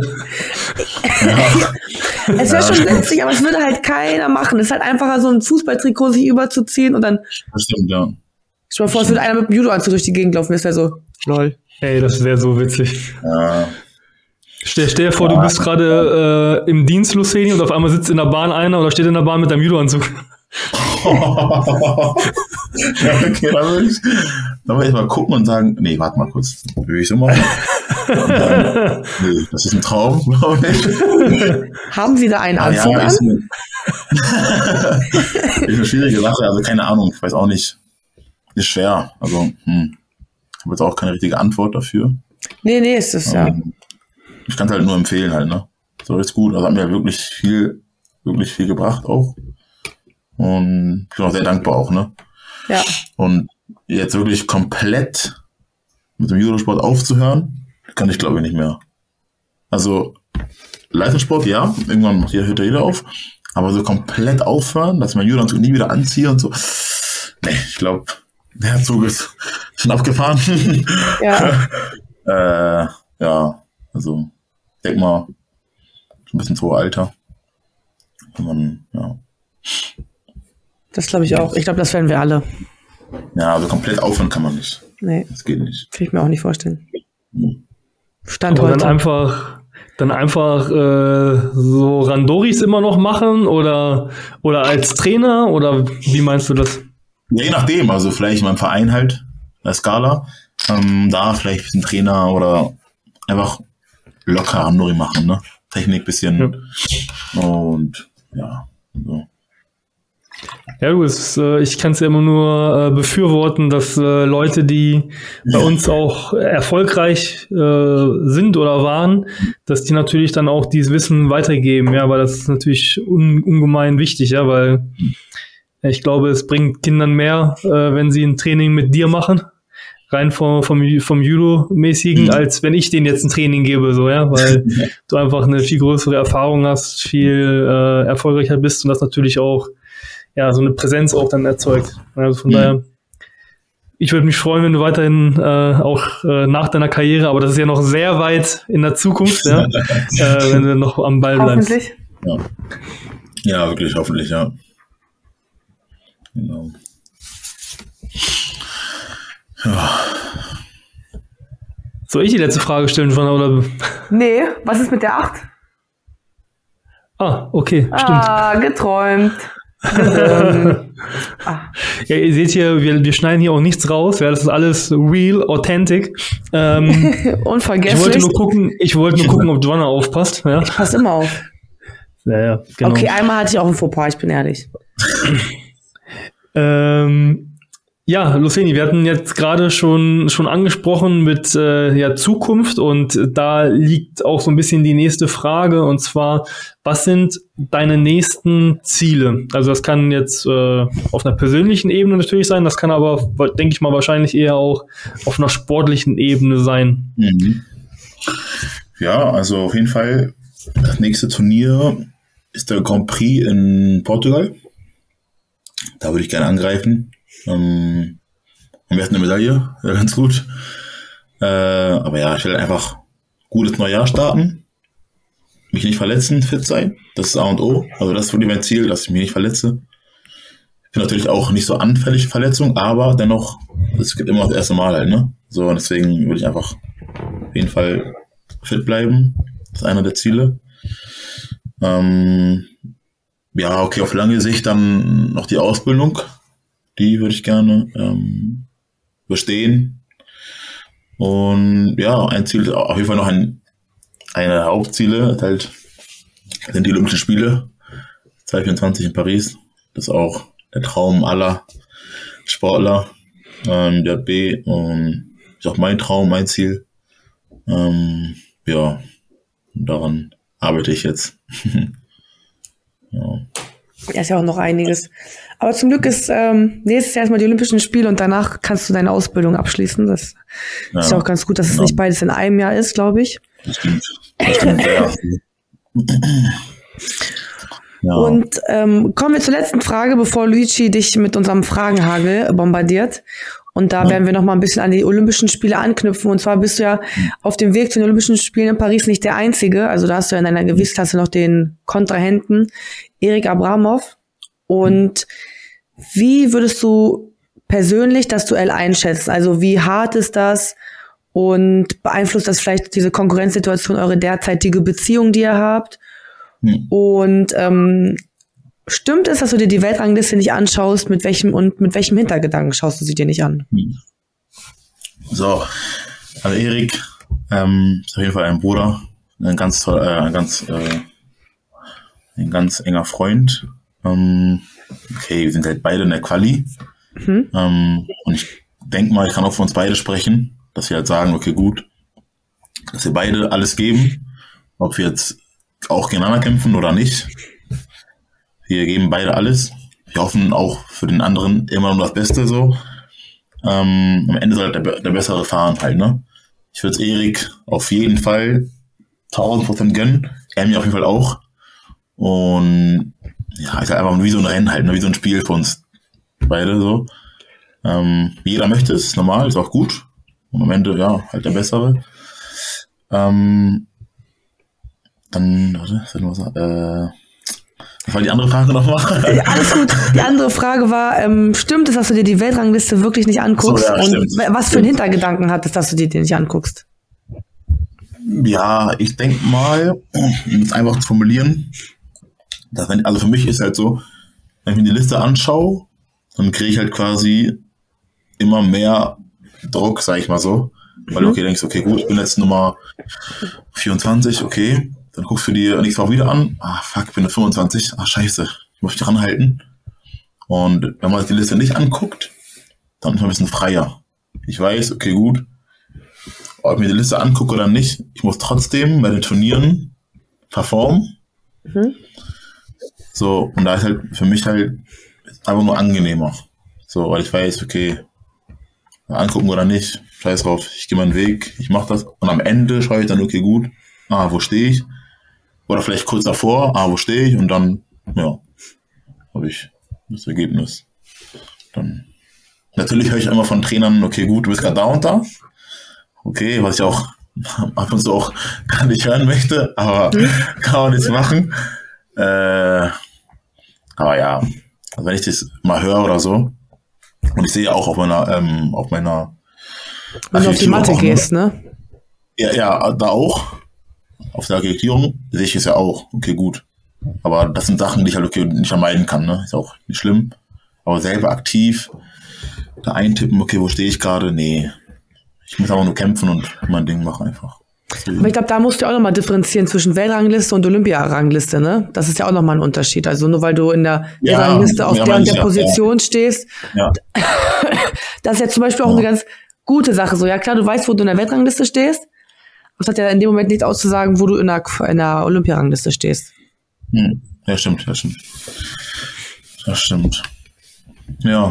Es wäre schon witzig, aber es würde halt keiner machen. Es ist halt einfacher, so ein Fußballtrikot sich überzuziehen und dann, Das stimmt, ja. stell dir mal vor, es würde einer mit einem Judo-Anzug durch die Gegend laufen. Das wäre so, lol. Ey, das wäre so witzig. Ja. Stell, stell dir vor, du bist gerade äh, im Dienst, Luceni, und auf einmal sitzt in der Bahn einer oder steht in der Bahn mit deinem Judo-Anzug. Ja, okay, dann würde ich, dann würde ich mal gucken und sagen, nee, warte mal kurz, will ich so machen? Und dann, nee, das ist ein Traum, glaube ich. Haben Sie da einen Ah, Anzug ja, an? ist eine, ist eine schwierige Sache, also keine Ahnung, ich weiß auch nicht. Ist schwer, also hm. Ich habe jetzt auch keine richtige Antwort dafür. Nee, nee, ist das ja. Ähm, Ich kann es halt nur empfehlen halt, ne? So ist gut, also hat mir wirklich viel, wirklich viel gebracht auch. Und ich bin auch sehr dankbar auch, ne? Ja. Und jetzt wirklich komplett mit dem Judosport aufzuhören, kann ich glaube ich nicht mehr. Also Leistungssport, ja, irgendwann macht jeder, hört jeder auf, aber so komplett aufhören, dass ich mein Judo-Anzug nie wieder anziehe und so, nee, ich glaube, der Zug ist schon abgefahren. Ja. äh, ja, also denk mal, schon ein bisschen zu hohe Alter. Und dann, ja. Das glaube ich auch. Ich glaube, das werden wir alle. Ja, also komplett aufhören kann man nicht. Nee, Das geht nicht. kann ich mir auch nicht vorstellen. Stand Aber heute. dann einfach, dann einfach äh, so Randoris immer noch machen oder, oder als Trainer, oder wie meinst du das? Ja, je nachdem, also vielleicht in meinem Verein halt, bei Scala, ähm, da vielleicht ein Trainer oder einfach locker Randori machen, ne? Technik bisschen und ja, so. Ja, du, es, äh, ich kann es ja immer nur äh, befürworten, dass äh, Leute, die bei uns auch erfolgreich äh, sind oder waren, dass die natürlich dann auch dieses Wissen weitergeben, ja, weil das ist natürlich un ungemein wichtig, ja, weil ja, ich glaube, es bringt Kindern mehr, äh, wenn sie ein Training mit dir machen, rein vom, vom, vom Judo-mäßigen, Mhm. als wenn ich denen jetzt ein Training gebe, so, ja, weil du einfach eine viel größere Erfahrung hast, viel äh, erfolgreicher bist und das natürlich auch ja, so eine Präsenz auch dann erzeugt. Also von Mhm. daher, ich würde mich freuen, wenn du weiterhin äh, auch äh, nach deiner Karriere, aber das ist ja noch sehr weit in der Zukunft, ja, äh, wenn du noch am Ball bleibst. Hoffentlich. Ja. Ja, wirklich, hoffentlich, ja. Genau. Ja. Soll ich die letzte Frage stellen, Joanna, oder? Nee, was ist mit der acht? Ah, okay, stimmt. Ah, geträumt. ähm, Ja, ihr seht hier, wir, wir schneiden hier auch nichts raus, ja, das ist alles real, authentic. Ähm, ich wollte unvergesslich. nur gucken, ich wollte nur gucken, ob Joanna aufpasst, ja. Pass immer auf. Ja, ja, genau. Okay, einmal hatte ich auch ein Fauxpas, ich bin ehrlich. Ähm, ja, Luceni, wir hatten jetzt gerade schon schon angesprochen mit äh, ja, Zukunft, und da liegt auch so ein bisschen die nächste Frage, und zwar, was sind deine nächsten Ziele? Also das kann jetzt äh, auf einer persönlichen Ebene natürlich sein, das kann aber, denke ich mal, wahrscheinlich eher auch auf einer sportlichen Ebene sein. Mhm. Ja, also auf jeden Fall, das nächste Turnier ist der Grand Prix in Portugal. Da würde ich gerne angreifen. Ähm, am besten eine Medaille, wäre ganz gut. Äh, aber ja, ich will einfach gutes Neujahr starten. Mich nicht verletzen, fit sein. Das ist A und O. Also das ist wirklich mein Ziel, dass ich mich nicht verletze. Ich bin natürlich auch nicht so anfällig für Verletzungen, aber dennoch, es gibt immer noch das erste Mal halt, ne? So, und deswegen würde ich einfach auf jeden Fall fit bleiben. Das ist einer der Ziele. Ähm, ja, okay, auf lange Sicht dann noch die Ausbildung. Die würde ich gerne ähm, bestehen. Und ja, ein Ziel, auf jeden Fall noch ein, eine der Hauptziele, halt sind die Olympischen Spiele zwanzig vierundzwanzig in Paris. Das ist auch der Traum aller Sportler, ähm, der B, und ist auch mein Traum, mein Ziel. Ähm, ja, Und daran arbeite ich jetzt. Ja. Ja, ist ja auch noch einiges. Aber zum Glück ist ähm, nächstes Jahr erstmal die Olympischen Spiele und danach kannst du deine Ausbildung abschließen. Das ja, ist ja auch ganz gut, dass genau. es nicht beides in einem Jahr ist, glaube ich. Das stimmt. Das stimmt, ja. Ja. Und ähm, kommen wir zur letzten Frage, bevor Luigi dich mit unserem Fragenhagel bombardiert. Und da ja. werden wir noch mal ein bisschen an die Olympischen Spiele anknüpfen. Und zwar bist du ja mhm. auf dem Weg zu den Olympischen Spielen in Paris nicht der Einzige. Also da hast du ja in deiner Gewichtsklasse noch den Kontrahenten Erik Abramov. Und wie würdest du persönlich das Duell einschätzen? Also wie hart ist das? Und beeinflusst das vielleicht diese Konkurrenzsituation eure derzeitige Beziehung, die ihr habt? Mhm. Und ähm, stimmt es, dass du dir die Weltrangliste nicht anschaust? Mit welchem und mit welchem Hintergedanken schaust du sie dir nicht an? So, also Erik ähm, ist auf jeden Fall ein Bruder, ein ganz toll, äh, ein ganz, äh, ein ganz enger Freund. Ähm, okay, wir sind halt beide in der Quali. Mhm. Ähm, und ich denke mal, ich kann auch für uns beide sprechen, dass wir halt sagen, okay, gut, dass wir beide alles geben, ob wir jetzt auch gegeneinander kämpfen oder nicht. Wir geben beide alles. Wir hoffen auch für den anderen immer nur das Beste so. Ähm, am Ende soll der, der Bessere fahren halt, ne? Ich würde es Erik auf jeden Fall tausend Prozent gönnen. Er mir auf jeden Fall auch. Und ja, ist halt einfach wie so ein Rennen halt, ne? Wie so ein Spiel für uns beide so. Ähm, jeder möchte es, ist normal, ist auch gut. Und am Ende, ja, halt der Bessere. Ähm, dann, warte, was soll ich noch sagen? Äh, Was war die andere Frage nochmal? Ja, alles gut. Die andere Frage war, ähm, stimmt es, dass du dir die Weltrangliste wirklich nicht anguckst? So, ja, und stimmt. Was für einen Hintergedanken hat es, dass du dir die nicht anguckst? Ja, ich denke mal, um es einfach zu formulieren, dass wenn, also für mich ist halt so, wenn ich mir die Liste anschaue, dann kriege ich halt quasi immer mehr Druck, sag ich mal so. Weil du okay denkst, okay, gut, ich bin jetzt Nummer vierundzwanzig, okay. Dann guckst du dir nächste Woche wieder an. Ah, fuck, ich bin jetzt fünfundzwanzig. Ah, scheiße, ich muss mich dran halten. Und wenn man sich die Liste nicht anguckt, dann ist man ein bisschen freier. Ich weiß, okay, gut, ob ich mir die Liste angucke oder nicht, ich muss trotzdem bei den Turnieren performen. Mhm. So, und da ist halt für mich halt einfach nur angenehmer. So, weil ich weiß, okay, angucken oder nicht, scheiß drauf, ich gehe meinen Weg, ich mach das. Und am Ende schaue ich dann, okay, gut, ah, wo stehe ich? Oder vielleicht kurz davor, ah, wo stehe ich? Und dann, ja, habe ich das Ergebnis. Dann natürlich höre ich immer von Trainern, okay, gut, du bist gerade da und da. Okay, was ich auch ab und zu auch gar nicht hören möchte, aber mhm. kann man nichts machen. Äh, aber ja, also wenn ich das mal höre oder so, und ich sehe auch auf meiner, ähm, auf meiner wenn du auf die Matte gehst, ne? Ja, ja, da auch. Auf der Akkreditierung sehe ich es ja auch. Okay, gut. Aber das sind Sachen, die ich halt okay nicht vermeiden kann, ne? Ist auch nicht schlimm. Aber selber aktiv da eintippen, okay, wo stehe ich gerade? Nee. Ich muss aber nur kämpfen und mein Ding machen einfach. Deswegen. Aber ich glaube, da musst du auch nochmal differenzieren zwischen Weltrangliste und Olympia-Rangliste, ne? Das ist ja auch nochmal ein Unterschied. Also nur weil du in der ja, Weltrangliste auf der und der ja, Position ja. stehst. Ja. Das ist ja zum Beispiel auch ja. eine ganz gute Sache. So, ja klar, du weißt, wo du in der Weltrangliste stehst. Das hat ja in dem Moment nichts auszusagen, wo du in der, in der Olympia-Rangliste stehst. Hm. Ja, stimmt, ja, stimmt. Das stimmt. Ja.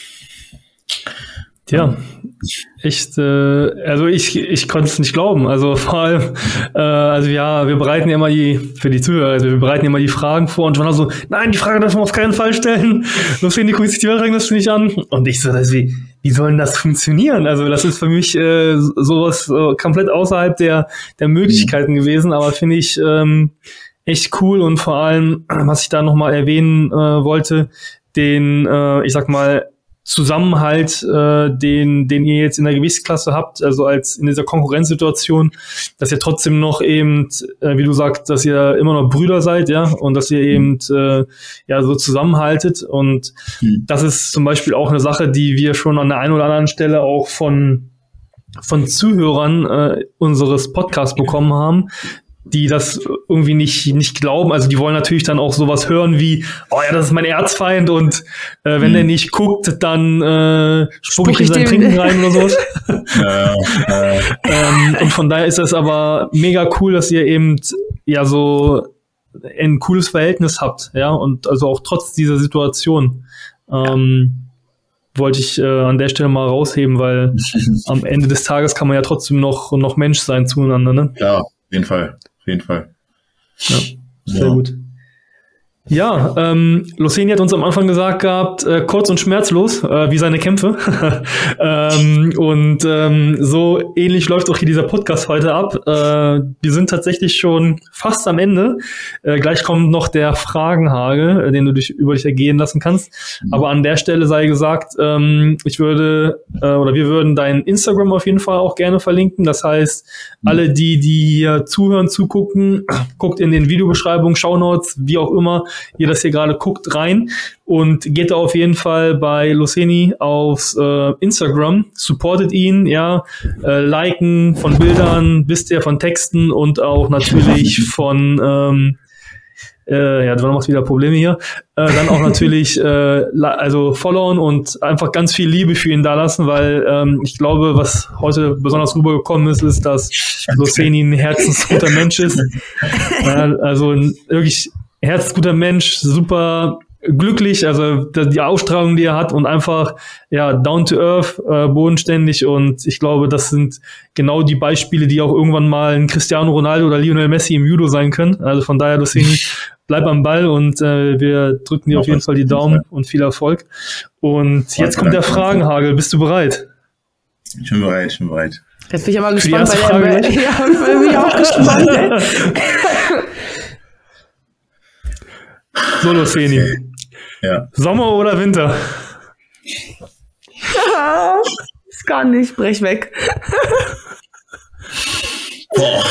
Tja, echt, äh, also ich, ich konnte es nicht glauben. Also vor allem, äh, also ja, wir bereiten ja immer die, für die Zuhörer, also wir bereiten ja immer die Fragen vor und schon so, nein, die Frage darf man auf keinen Fall stellen. So finden die guckt sich die Weltrangliste nicht an. Und ich so, das wie, wie soll denn das funktionieren? Also das ist für mich äh, sowas äh, komplett außerhalb der, der Möglichkeiten gewesen, aber finde ich ähm, echt cool und vor allem, was ich da nochmal erwähnen äh, wollte, den, äh, ich sag mal, Zusammenhalt, äh, den den ihr jetzt in der Gewichtsklasse habt, also als in dieser Konkurrenzsituation, dass ihr trotzdem noch eben, äh, wie du sagst, dass ihr immer noch Brüder seid, ja, und dass ihr eben äh, ja so zusammenhaltet. Und mhm. das ist zum Beispiel auch eine Sache, die wir schon an der einen oder anderen Stelle auch von von Zuhörern äh, unseres Podcasts bekommen haben, die das irgendwie nicht nicht glauben. Also die wollen natürlich dann auch sowas hören wie, oh ja, das ist mein Erzfeind und äh, wenn hm. der nicht guckt, dann äh, spuck ich in sein Trinken rein oder sowas. Ja, ja. ähm, und von daher ist das aber mega cool, dass ihr eben ja so ein cooles Verhältnis habt, ja, und also auch trotz dieser Situation ähm, wollte ich äh, an der Stelle mal rausheben, weil am Ende des Tages kann man ja trotzdem noch noch Mensch sein zueinander, ne? Ja, auf jeden Fall. Auf jeden Fall. Ja, sehr ja. gut. Ja, ähm, Loseni hat uns am Anfang gesagt gehabt, äh, kurz und schmerzlos, äh, wie seine Kämpfe. ähm, und ähm, so ähnlich läuft auch hier dieser Podcast heute ab. Äh, wir sind tatsächlich schon fast am Ende. Äh, gleich kommt noch der Fragenhagel, äh, den du dich über dich ergehen lassen kannst. Mhm. Aber an der Stelle sei gesagt, ähm, ich würde äh, oder wir würden dein Instagram auf jeden Fall auch gerne verlinken. Das heißt, mhm. alle die, die hier zuhören, zugucken, guckt in den Videobeschreibungen, Shownotes, wie auch immer, ihr das hier gerade guckt, rein und geht da auf jeden Fall bei Loseni auf äh, Instagram, supportet ihn, ja, äh, liken von Bildern, wisst ihr, von Texten und auch natürlich von ähm, äh, ja, du machst wieder Probleme hier, äh, dann auch natürlich äh, also followen und einfach ganz viel Liebe für ihn da lassen, weil ähm, ich glaube, was heute besonders rübergekommen ist, ist, dass Loseni ein herzensguter Mensch ist, ja, also ein wirklich herzensguter Mensch, super glücklich, also die Ausstrahlung, die er hat und einfach ja down to earth, äh, bodenständig und ich glaube, das sind genau die Beispiele, die auch irgendwann mal ein Cristiano Ronaldo oder Lionel Messi im Judo sein können. Also von daher, deswegen bleib am Ball und äh, wir drücken dir auf jeden Fall die Daumen und viel Erfolg. Und jetzt kommt der Fragenhagel. Bist du bereit? Ich bin bereit, ich bin bereit. Jetzt bin ich aber gespannt, weil der ja, bin ich auch gespannt. So, Loseni. Okay. Ja. Sommer oder Winter? Ist gar nicht, brech weg. Boah.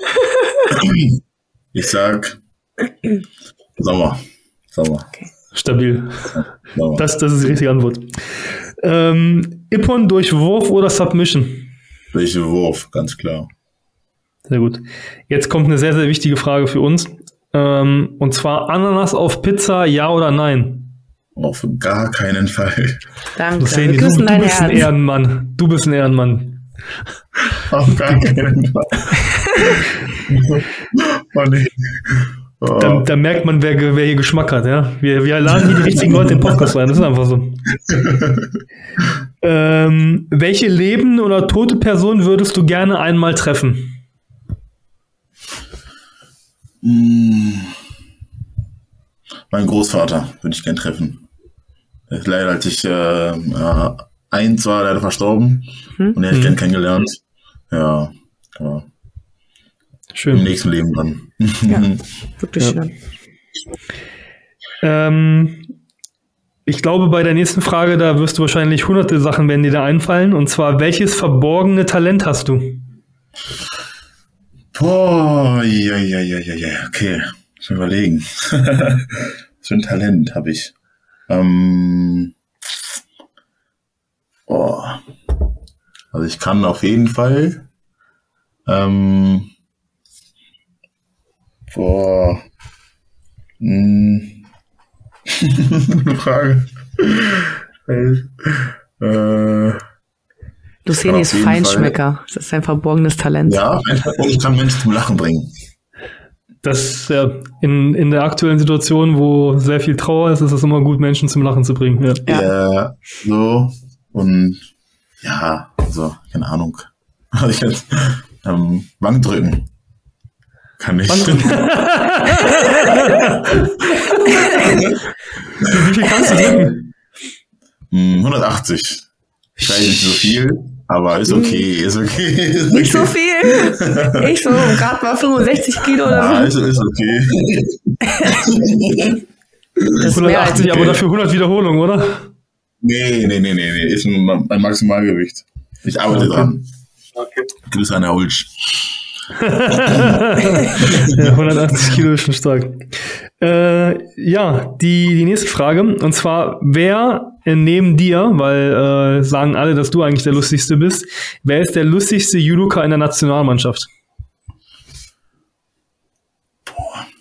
Ich sag Sommer. Sommer. Okay. Stabil. Sommer. Das, das ist die richtige Antwort. Ähm, Ippon durch Wurf oder Submission? Durch Wurf, ganz klar. Sehr gut. Jetzt kommt eine sehr, sehr wichtige Frage für uns. Ähm, und zwar Ananas auf Pizza, ja oder nein? Auf gar keinen Fall. Danke. Loseni, du, du bist Herz. ein Ehrenmann. Du bist ein Ehrenmann. Auf gar keinen Fall. Oh, nee. Oh. Da, da merkt man, wer, wer hier Geschmack hat. Ja? Wir, wir laden hier die richtigen Leute in den Podcast rein. Das ist einfach so. ähm, welche lebende oder tote Person würdest du gerne einmal treffen? Mein Großvater würde ich gern treffen. Er ist leider, als ich äh, äh, eins war, leider verstorben. Hm? Und er hätte ich gern kennengelernt. Ja, ja. Schön. Im nächsten Leben dann. Ja, wirklich ja. schön. Ähm, ich glaube, bei der nächsten Frage, da wirst du wahrscheinlich hunderte Sachen werden dir da einfallen. Und zwar, welches verborgene Talent hast du? Boah, ja, ja, ja, ja, ja, okay. Muss mir überlegen. Was für ein Talent habe ich? Ähm, oh. Also ich kann auf jeden Fall ähm, boah. Hm. Eine Frage. äh, Loseni ist Feinschmecker. Fall. Das ist ein verborgenes Talent. Ja, ich kann Menschen zum Lachen bringen. Das ja in, in der aktuellen Situation, wo sehr viel Trauer ist, ist es immer gut, Menschen zum Lachen zu bringen. Ja, ja. ja so. Und ja, also, keine Ahnung. Also ich jetzt ähm, Bank drücken. Kann ich. Wie viel kannst du drücken? hundertachtzig. Ich weiß nicht so viel, aber ist okay, ist okay. Ist nicht okay. so viel. Ich so gerade mal fünfundsechzig Kilo oder so. Ja, ist, ist okay. Das hundertachtzig, aber dafür hundert Wiederholungen, oder? Nee, nee, nee, nee, nee. Ist mein Maximalgewicht. Ich arbeite okay. dran. Okay. Grüße an Herr Hulsch. Ja, hundertachtzig Kilo ist schon stark. Äh, ja, die, die nächste Frage. Und zwar, wer neben dir, weil äh, sagen alle, dass du eigentlich der Lustigste bist, wer ist der lustigste Judoka in der Nationalmannschaft?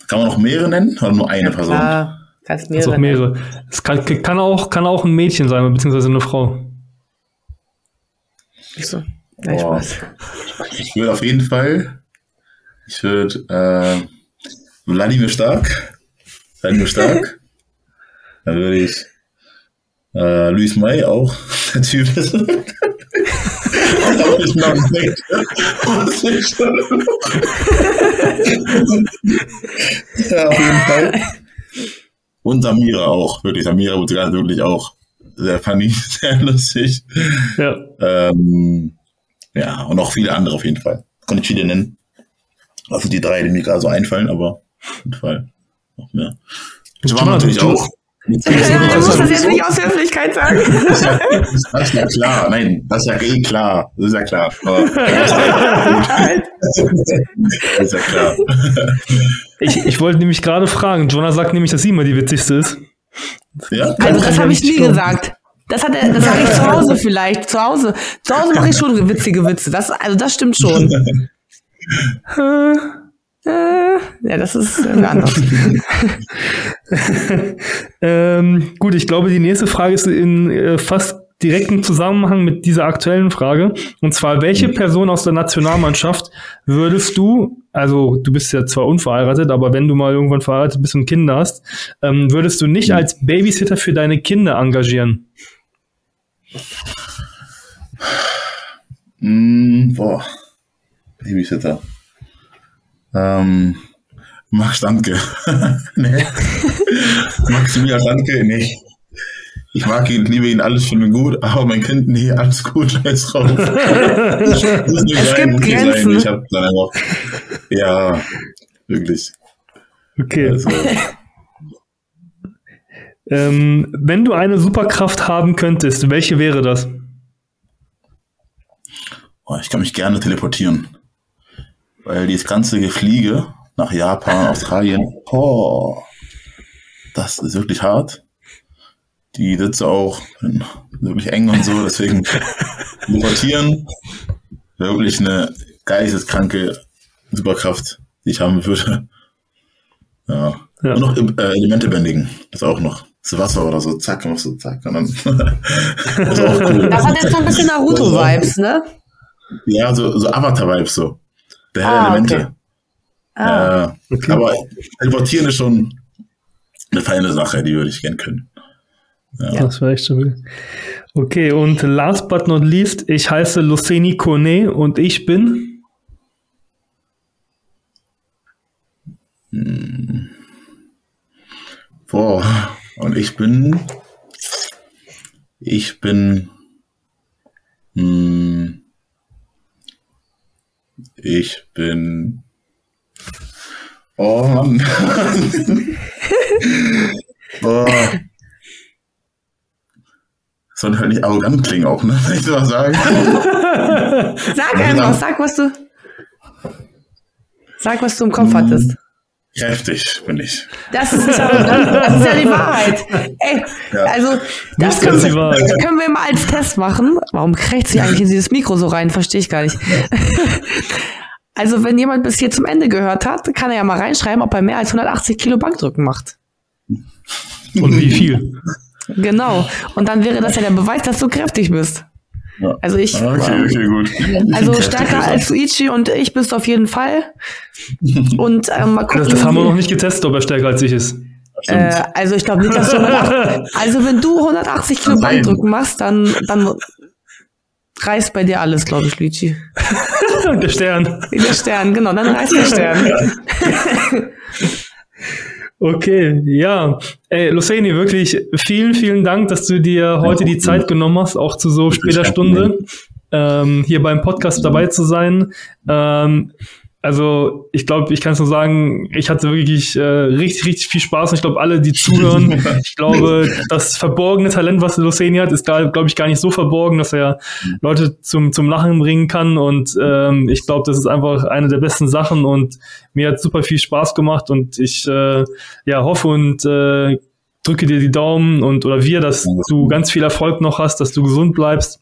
Kann man noch mehrere nennen oder nur eine Person? Ja, kannst mehrere. Also auch mehrere. Es kann, kann, auch, kann auch ein Mädchen sein, beziehungsweise eine Frau. Nicht so. Nein, Boah. Spaß. Ich würde auf jeden Fall, ich würde äh, Wladimir Stark, Wladimir Stark, dann würde ich äh, Luis May auch, der Typ ist. ich noch nicht. Ja, auf jeden Fall. Und Samira auch, wirklich. Samira wird gerade wirklich auch sehr funny, sehr lustig. Ja. Ähm, ja, und auch viele andere auf jeden Fall. Kann ich viele nennen. Also die drei, die mir gerade so einfallen, aber auf jeden Fall noch mehr. Ich war natürlich auch. Ja, du musst das jetzt nicht aus Höflichkeit sagen. Das ist, ja, das ist ja klar, nein, das ist ja eh klar. Das ist ja klar. Aber das ist ja klar. Ich, ich wollte nämlich gerade fragen, Jonah sagt nämlich, dass sie immer die witzigste ist. Ja? Also das ja habe ich nicht nie glauben. gesagt. Das hat er, das sage ich zu Hause vielleicht. Zu Hause. Zu Hause mache ich schon witzige Witze. Das, also das stimmt schon. äh, äh, ja, das ist äh, anders. ähm, gut, ich glaube, die nächste Frage ist in äh, fast direktem Zusammenhang mit dieser aktuellen Frage. Und zwar, welche Person aus der Nationalmannschaft würdest du, also du bist ja zwar unverheiratet, aber wenn du mal irgendwann verheiratet bist und Kinder hast, ähm, würdest du nicht als Babysitter für deine Kinder engagieren? Mm, boah. Babysitter. Ähm, Max Danke. Nee. Maximilian Danke, nee. Ich mag ihn, liebe ihn, alles schön und gut, aber mein Kind, nee, alles gut, scheiß drauf. Muss nicht Es sein, gibt muss nicht Grenzen. sein. Ich hab dann einfach, ja, wirklich. Okay. Also, Ähm, wenn du eine Superkraft haben könntest, welche wäre das? boah, ich kann mich gerne teleportieren. Weil dieses ganze Gefliege nach Japan, Australien, oh, das ist wirklich hart. Die Sitze auch sind wirklich eng und so, deswegen teleportieren, wirklich eine geisteskranke Superkraft, die ich haben würde. Ja. Ja. Und noch äh, Elemente bändigen, das auch noch. Das Wasser oder so, zack, machst du zack. Und dann das ist auch cool. Das hat jetzt so ein bisschen Naruto-Vibes, ne? Ja, so, so Avatar-Vibes so. Der Herr Ah, Elemente. okay. Ah. Äh, Okay. Aber teleportieren ist schon eine feine Sache, die würde ich gern können. Ja. Das wäre echt stabil. Okay, und last but not least, ich heiße Luceni Kone und ich bin... Boah, und ich bin, ich bin, hm, ich bin, oh Mann. Boah. Sollte halt nicht arrogant klingen auch, ne? Wenn ich das sagen. Sag einfach, sag, was du. Sag, was du im Kopf hattest. Kräftig bin ich. Das ist nicht arrogant, das ist ja die Wahrheit. Ey, Ja. also, das Das können ist die wir, Wahrheit. das können wir mal als Test machen. Warum krächzt sie eigentlich in dieses Mikro so rein? Verstehe ich gar nicht. Also, wenn jemand bis hier zum Ende gehört hat, kann er ja mal reinschreiben, ob er mehr als hundertachtzig Kilo Bankdrücken macht. Und wie viel? Genau. Und dann wäre das ja der Beweis, dass du kräftig bist. Ja. Also ich, Okay, okay, gut. also Kräftig stärker ist er. als Suichi und ich bist du auf jeden Fall. Und ähm, mal gucken. Das, das haben wir wie- noch nicht getestet, ob er stärker als ich ist. Stimmt. Äh, also ich glaube nicht, dass du hundertachtzig, also wenn du hundertachtzig Kilo Nein. Bankdrücken machst, dann, dann reißt bei dir alles, glaube ich, Luigi. Der Stern. Der Stern, genau, dann reißt der Stern. Okay, ja. Ey, Luceni, wirklich vielen, vielen Dank, dass du dir heute die Zeit genommen hast, auch zu so später Stunde ähm, hier beim Podcast dabei zu sein. Ähm, also ich glaube, ich kann es nur sagen, ich hatte wirklich äh, richtig, richtig viel Spaß und ich glaube, alle, die zuhören, ich glaube, das verborgene Talent, was Luceni hat, ist da, glaube ich, gar nicht so verborgen, dass er Leute zum, zum Lachen bringen kann und ähm, ich glaube, das ist einfach eine der besten Sachen und mir hat super viel Spaß gemacht und ich äh, ja, hoffe und äh, drücke dir die Daumen und oder wir, dass du ganz viel Erfolg noch hast, dass du gesund bleibst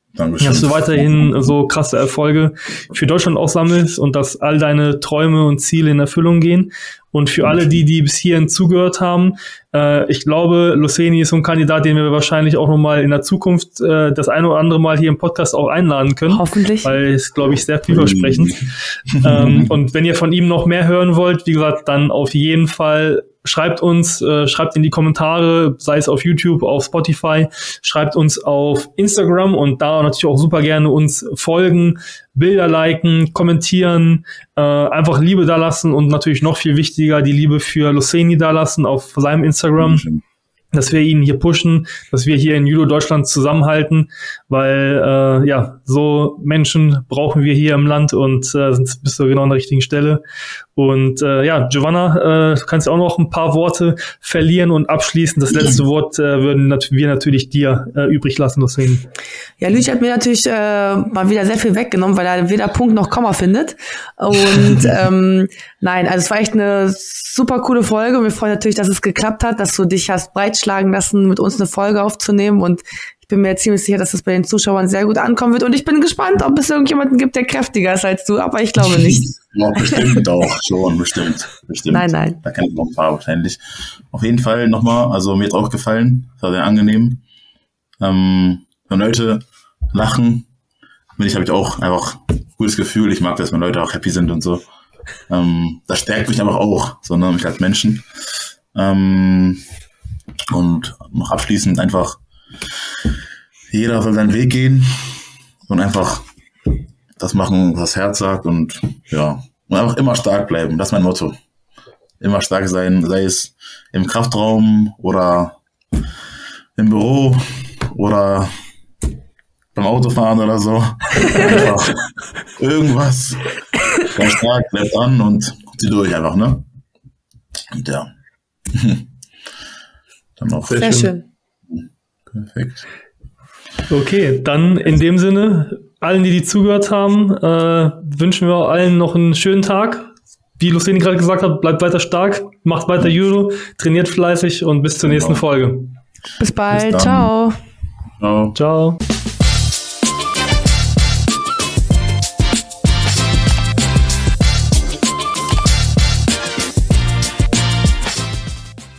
Dankeschön. Dass du weiterhin so krasse Erfolge für Deutschland auch sammelst und dass all deine Träume und Ziele in Erfüllung gehen. Und für alle die, die bis hierhin zugehört haben, äh, ich glaube, Luceni ist so ein Kandidat, den wir wahrscheinlich auch nochmal in der Zukunft äh, das eine oder andere Mal hier im Podcast auch einladen können. Hoffentlich. Weil es, glaube ich, sehr vielversprechend. ähm, und wenn ihr von ihm noch mehr hören wollt, wie gesagt, dann auf jeden Fall schreibt uns, äh, schreibt in die Kommentare, sei es auf YouTube, auf Spotify, schreibt uns auf Instagram und da natürlich auch super gerne uns folgen, Bilder liken, kommentieren, äh, einfach Liebe da lassen und natürlich noch viel wichtiger, die Liebe für Luceni da lassen auf seinem Instagram. Mhm. Dass wir ihn hier pushen, dass wir hier in Judo Deutschland zusammenhalten, weil äh, ja, so Menschen brauchen wir hier im Land und äh, sind bist du genau an der richtigen Stelle. Und äh, ja, Giovanna, äh, du kannst auch noch ein paar Worte verlieren und abschließen. Das letzte Wort äh, würden nat- wir natürlich dir äh, übrig lassen. Deswegen. Ja, Lüch hat mir natürlich äh, mal wieder sehr viel weggenommen, weil er weder Punkt noch Komma findet. Und ähm, nein, also es war echt eine super coole Folge. Wir freuen natürlich, dass es geklappt hat, dass du dich hast breitschlagen lassen, mit uns eine Folge aufzunehmen. Und ich bin mir ziemlich sicher, dass das bei den Zuschauern sehr gut ankommen wird. Und ich bin gespannt, ob es irgendjemanden gibt, der kräftiger ist als du. Aber ich glaube nicht. Ja, bestimmt auch schon, bestimmt, bestimmt. Nein, nein. Da kann ich noch ein paar wahrscheinlich. Auf jeden Fall nochmal, also mir hat auch gefallen. Das war sehr angenehm. Ähm, wenn Leute lachen, bin ich, habe ich auch einfach ein gutes Gefühl. Ich mag das, wenn Leute auch happy sind und so. Ähm, das stärkt mich aber auch, so, ne, mich als Menschen. Ähm, und noch abschließend einfach, jeder soll seinen Weg gehen und einfach das machen, was das Herz sagt und ja, und einfach immer stark bleiben. Das ist mein Motto. Immer stark sein, sei es im Kraftraum oder im Büro oder beim Autofahren oder so. Einfach irgendwas. Sei stark, bleibt an und zieh durch einfach, ne? Und ja. Dann noch. Sehr, Sehr schön. schön. Perfekt. Okay, dann in dem Sinne, allen, die die zugehört haben, äh, wünschen wir allen noch einen schönen Tag. Wie Luceni gerade gesagt hat, bleibt weiter stark, macht weiter Judo, trainiert fleißig und bis zur nächsten Folge. Bis bald. Bis Ciao. Ciao. Ciao.